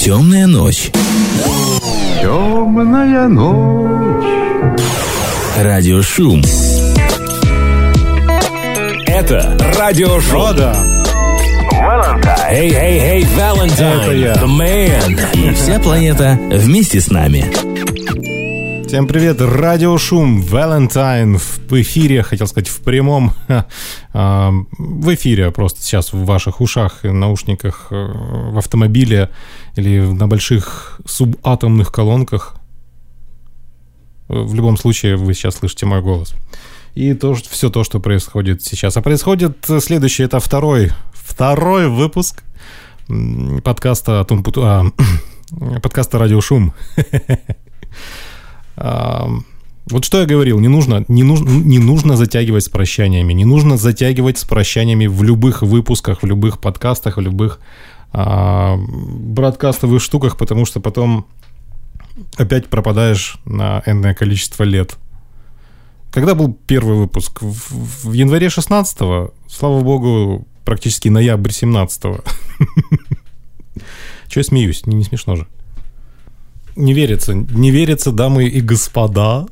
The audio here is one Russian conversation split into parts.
Темная ночь. Темная ночь. Радиошум. Это радиошум. Hey, Valentine, the man. И вся планета вместе с нами. Всем привет, радиошум, Valentine в эфире, хотел сказать в прямом, в эфире просто сейчас в ваших ушах, наушниках, в автомобиле или на больших субатомных колонках. В любом случае вы сейчас слышите мой голос. И все то, что происходит сейчас. А происходит следующее, это второй выпуск подкаста «Радиошум». Вот что я говорил, не нужно затягивать с прощаниями, не нужно затягивать с прощаниями в любых выпусках, в любых подкастах, в любых бродкастовых штуках, потому что потом опять пропадаешь на энное количество лет. Когда был первый выпуск? В январе 16-го, слава богу, практически ноябрь 17-го. Чего я смеюсь? Не смешно же. Не верится, дамы и господа.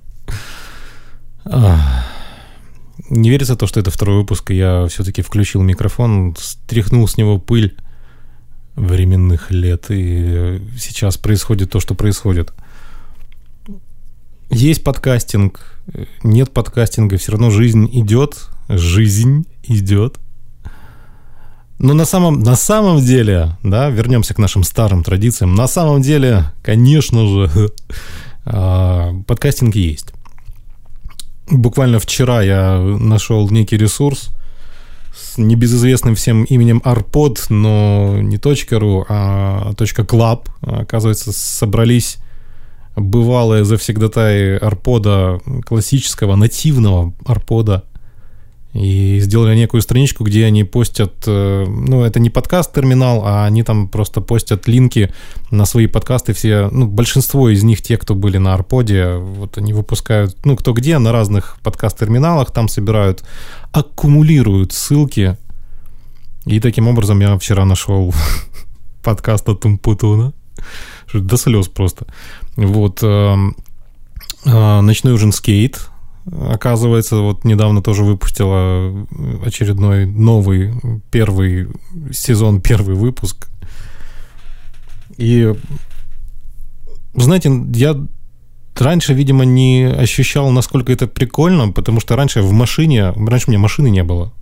Не верится то, что это второй выпуск, и я все-таки включил микрофон, стряхнул с него пыль временных лет, и сейчас происходит то, что происходит. Есть подкастинг, нет подкастинга, все равно жизнь идет. Но на самом деле, да, вернемся к нашим старым традициям. На самом деле, конечно же, подкастинг есть. Буквально вчера я нашел некий ресурс с небезызвестным всем именем Arpod, но не .ru, а .club. Оказывается, собрались бывалые завсегдатаи Арпода, классического, нативного Арпода, и сделали некую страничку, где они постят, это не подкаст-терминал, а они там просто постят линки на свои подкасты все, большинство из них, те, кто были на Арподе, вот они выпускают, кто где, на разных подкаст-терминалах, там собирают, аккумулируют ссылки, и таким образом я вчера нашел подкаст от Умпутуна, до слез просто. Вот, «Ночной ужин скейт», оказывается, вот недавно тоже выпустила очередной новый первый сезон, первый выпуск. И, знаете, я раньше, видимо, не ощущал, насколько это прикольно, потому что раньше у меня машины не было.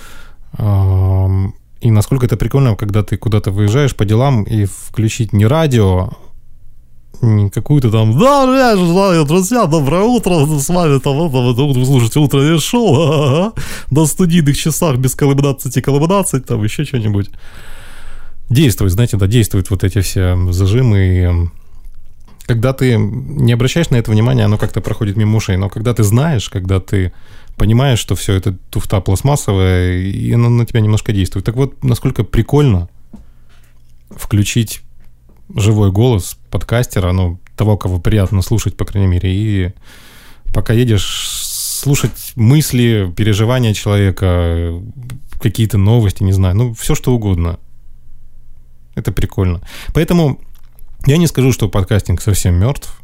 И насколько это прикольно, когда ты куда-то выезжаешь по делам и включить не радио, не какую-то там, друзья, доброе утро, с вами вы слушаете утреннее шоу, до студийных часах без колыбдацать, там еще что-нибудь. Действует, знаете, действуют вот эти все зажимы, и когда ты не обращаешь на это внимания, оно как-то проходит мимо ушей, но когда ты знаешь, когда ты понимаешь, что все это туфта пластмассовая, и оно на тебя немножко действует. Так вот, насколько прикольно включить живой голос подкастера, того, кого приятно слушать, по крайней мере, и пока едешь, слушать мысли, переживания человека, какие-то новости, не знаю, все что угодно. Это прикольно. Поэтому я не скажу, что подкастинг совсем мертв.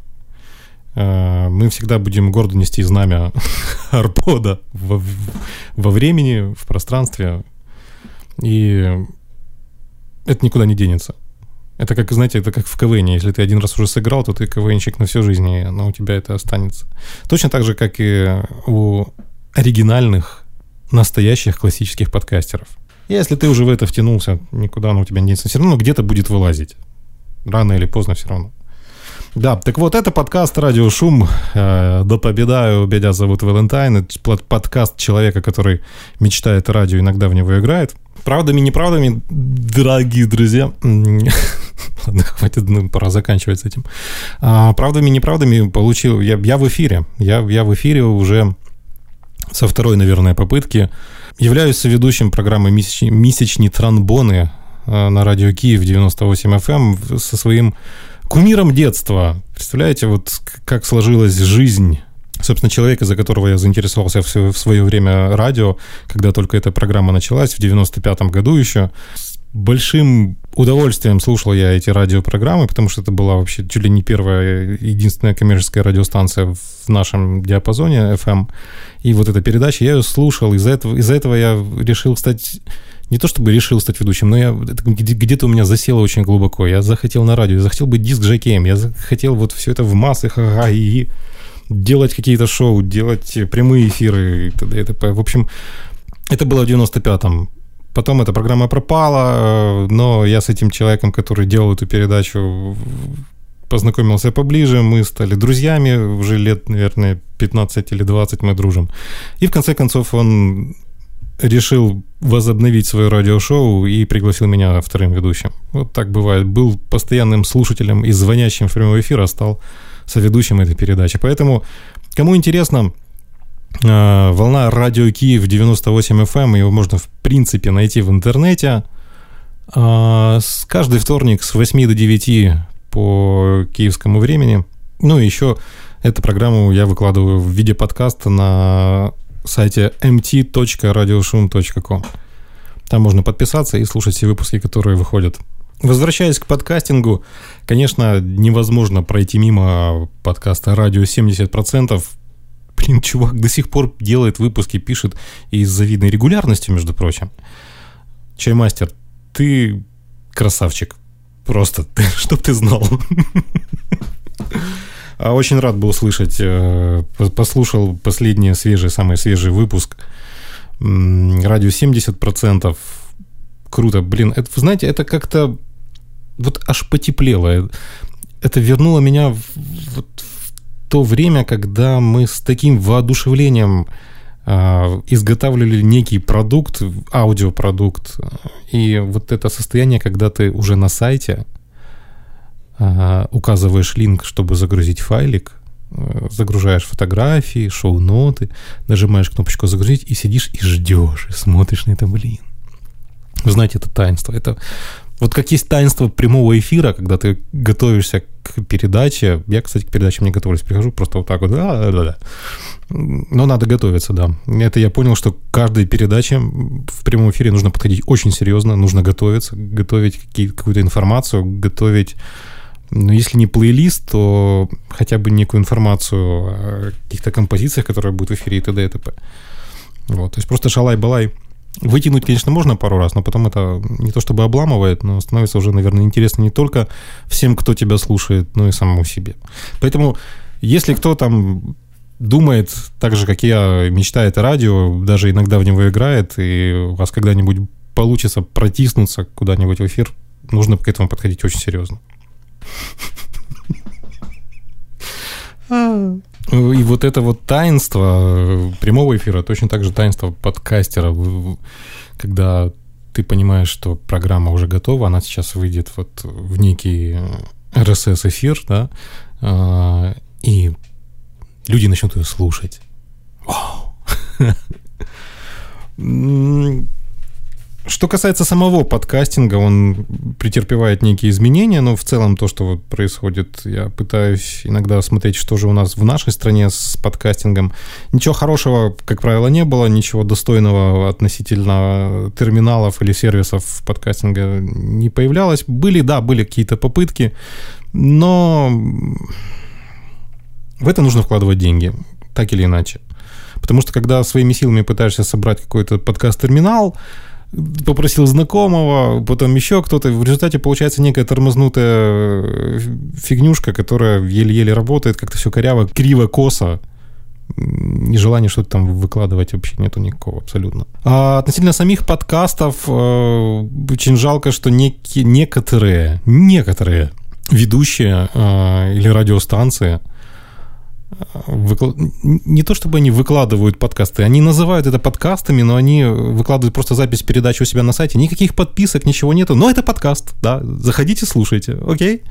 Мы всегда будем гордо нести знамя Арпода во времени, в пространстве, и это никуда не денется. Это как, знаете, это как в КВН. Если ты один раз уже сыграл, то ты КВНщик на всю жизнь, и у тебя это останется. Точно так же, как и у оригинальных, настоящих классических подкастеров. И если ты уже в это втянулся, никуда оно у тебя не денется. Все равно где-то будет вылазить. Рано или поздно все равно. Да, так вот, это подкаст «Радиошум». Да победаю, меня зовут Валентайн. Это подкаст человека, который мечтает о радио, иногда в него играет. Правдами, неправдами, дорогие друзья. Ладно, хватит, пора заканчивать с этим. Правдами, неправдами получил... Я в эфире. Я в эфире уже со второй, наверное, попытки. Являюсь соведущим программы «Месячные тромбоны» на радио Киев 98 FM со своим кумиром детства. Представляете, вот как сложилась жизнь, собственно, человека, за которого я заинтересовался в свое время радио, когда только эта программа началась, в 95-м году еще, с большим удовольствием слушал я эти радиопрограммы, потому что это была вообще чуть ли не первая, единственная коммерческая радиостанция в нашем диапазоне FM. И вот эта передача, я ее слушал. Из-за этого я решил стать... Не то чтобы решил стать ведущим, но это где-то у меня засело очень глубоко. Я захотел на радио, я захотел быть диск-жокеем, я захотел вот все это в массах, и делать какие-то шоу, делать прямые эфиры и т.д. и т.п. В общем, это было в 95-м. Потом эта программа пропала, но я с этим человеком, который делал эту передачу, познакомился поближе, мы стали друзьями, уже лет, наверное, 15 или 20 мы дружим. И в конце концов он решил возобновить свое радиошоу и пригласил меня вторым ведущим. Вот так бывает. Был постоянным слушателем и звонящим в прямой эфир, а стал соведущим этой передачи. Поэтому, кому интересно, волна радио Киев 98 FM, его можно в принципе найти в интернете. Каждый вторник с 8 до 9 по киевскому времени. Ну и еще эту программу я выкладываю в виде подкаста на сайте mt.radioshum.com. Там можно подписаться и слушать все выпуски, которые выходят. Возвращаясь к подкастингу, конечно, невозможно пройти мимо подкаста «Радио 70%». Блин, чувак до сих пор делает выпуски, пишет, и с завидной регулярностью, между прочим. Чаймастер, ты красавчик. Просто, чтоб ты знал. Очень рад был услышать, послушал последний самый свежий выпуск «Радио 70%». Круто, блин, это, вы знаете, это как-то вот аж потеплело. Это вернуло меня в то время, когда мы с таким воодушевлением изготавливали некий продукт, аудиопродукт, и вот это состояние, когда ты уже на сайте указываешь линк, чтобы загрузить файлик, загружаешь фотографии, шоу-ноты, нажимаешь кнопочку «Загрузить» и сидишь и ждешь, и смотришь на это, блин. Вы знаете, это таинство. Это вот как есть таинство прямого эфира, когда ты готовишься к передаче. Я, кстати, к передаче не готовлюсь, прихожу просто вот так вот. Но надо готовиться, да. Это я понял, что к каждой передаче в прямом эфире нужно подходить очень серьезно, нужно готовиться, готовить какую-то информацию, готовить, ну, если не плейлист, то хотя бы некую информацию о каких-то композициях, которые будут в эфире и т.д. и т.п. Вот. То есть просто шалай-балай. Вытянуть, конечно, можно пару раз, но потом это не то чтобы обламывает, но становится уже, наверное, интересно не только всем, кто тебя слушает, но и самому себе. Поэтому, если кто там думает так же, как я, мечтает о радио, даже иногда в него играет, и у вас когда-нибудь получится протиснуться куда-нибудь в эфир, нужно к этому подходить очень серьезно. И вот это вот таинство прямого эфира, точно так же таинство подкастера, когда ты понимаешь, что программа уже готова, она сейчас выйдет вот в некий RSS-эфир, да, и люди начнут ее слушать. Вау! Что касается самого подкастинга, он претерпевает некие изменения, но в целом то, что вот происходит, я пытаюсь иногда смотреть, что же у нас в нашей стране с подкастингом. Ничего хорошего, как правило, не было, ничего достойного относительно терминалов или сервисов подкастинга не появлялось. Были какие-то попытки, но в это нужно вкладывать деньги, так или иначе. Потому что когда своими силами пытаешься собрать какой-то подкаст-терминал, попросил знакомого, потом еще кто-то, в результате получается некая тормознутая фигнюшка, которая еле-еле работает, как-то все коряво, криво, косо. И желания что-то там выкладывать вообще нету никакого абсолютно. А относительно самих подкастов, очень жалко, что некоторые ведущие или радиостанции не то чтобы они выкладывают подкасты, они называют это подкастами, но они выкладывают просто запись передачи у себя на сайте, никаких подписок, ничего нету, но это подкаст, да, заходите, слушайте, окей?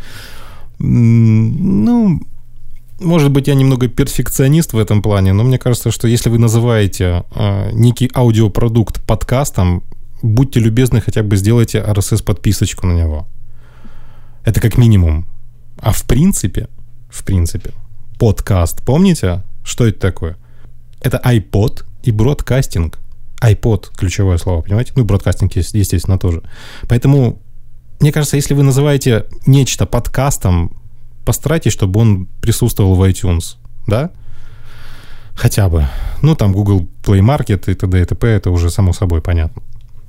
Ну, может быть, я немного перфекционист в этом плане, но мне кажется, что если вы называете некий аудиопродукт подкастом, будьте любезны, хотя бы сделайте RSS-подписочку на него. Это как минимум. А в принципе, подкаст, помните, что это такое? Это iPod и бродкастинг. iPod – ключевое слово, понимаете? Ну, бродкастинг, естественно, тоже. Поэтому Мне кажется, если вы называете нечто подкастом, постарайтесь, чтобы он присутствовал в iTunes, да? Хотя бы. Ну, там Google Play Market и т.д. и т.п. Это уже само собой понятно.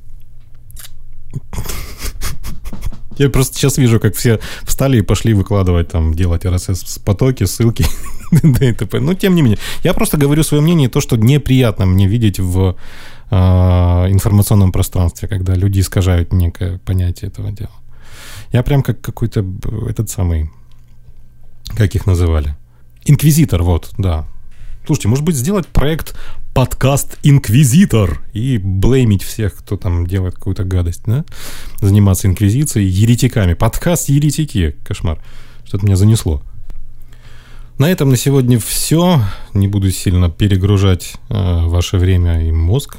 Я просто сейчас вижу, как все встали и пошли выкладывать, там, делать RSS-потоки, ссылки, т.д. и т.п. Но, тем не менее, я просто говорю свое мнение, то, что неприятно мне видеть в информационном пространстве, когда люди искажают некое понятие этого дела. Я прям как какой-то этот самый... Как их называли? Инквизитор, вот, да. Слушайте, может быть, сделать проект «Подкаст Инквизитор» и блеймить всех, кто там делает какую-то гадость, да? Заниматься инквизицией, еретиками. Подкаст «Еретики». Кошмар. Что-то меня занесло. На этом на сегодня все. Не буду сильно перегружать ваше время и мозг.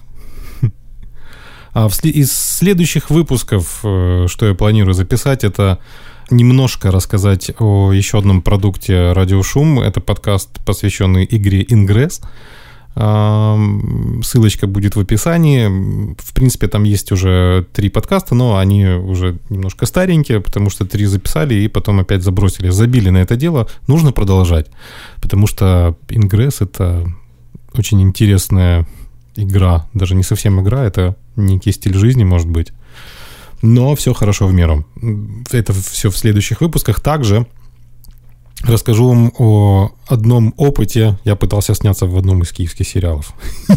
Из следующих выпусков, что я планирую записать, это немножко рассказать о еще одном продукте «Радиошум». Это подкаст, посвященный игре «Ингресс». Ссылочка будет в описании. В принципе, там есть уже 3 подкаста, но они уже немножко старенькие, потому что 3 записали и потом опять забросили. Забили на это дело. Нужно продолжать, потому что «Ингресс» — это очень интересная игра. Даже не совсем игра, это некий стиль жизни, может быть. Но все хорошо в меру. Это все в следующих выпусках. Также расскажу вам о одном опыте. Я пытался сняться в одном из киевских сериалов.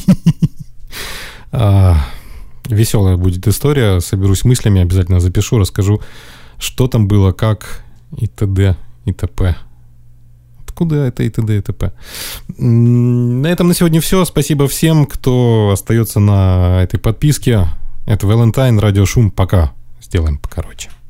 Веселая будет история. Соберусь мыслями, обязательно запишу, расскажу, что там было, как и т.д. и т.п. Откуда это и т.д. и т.п. На этом на сегодня все. Спасибо всем, кто остается на этой подписке. Это Valentine, Радиошум. Пока. Сделаем покороче.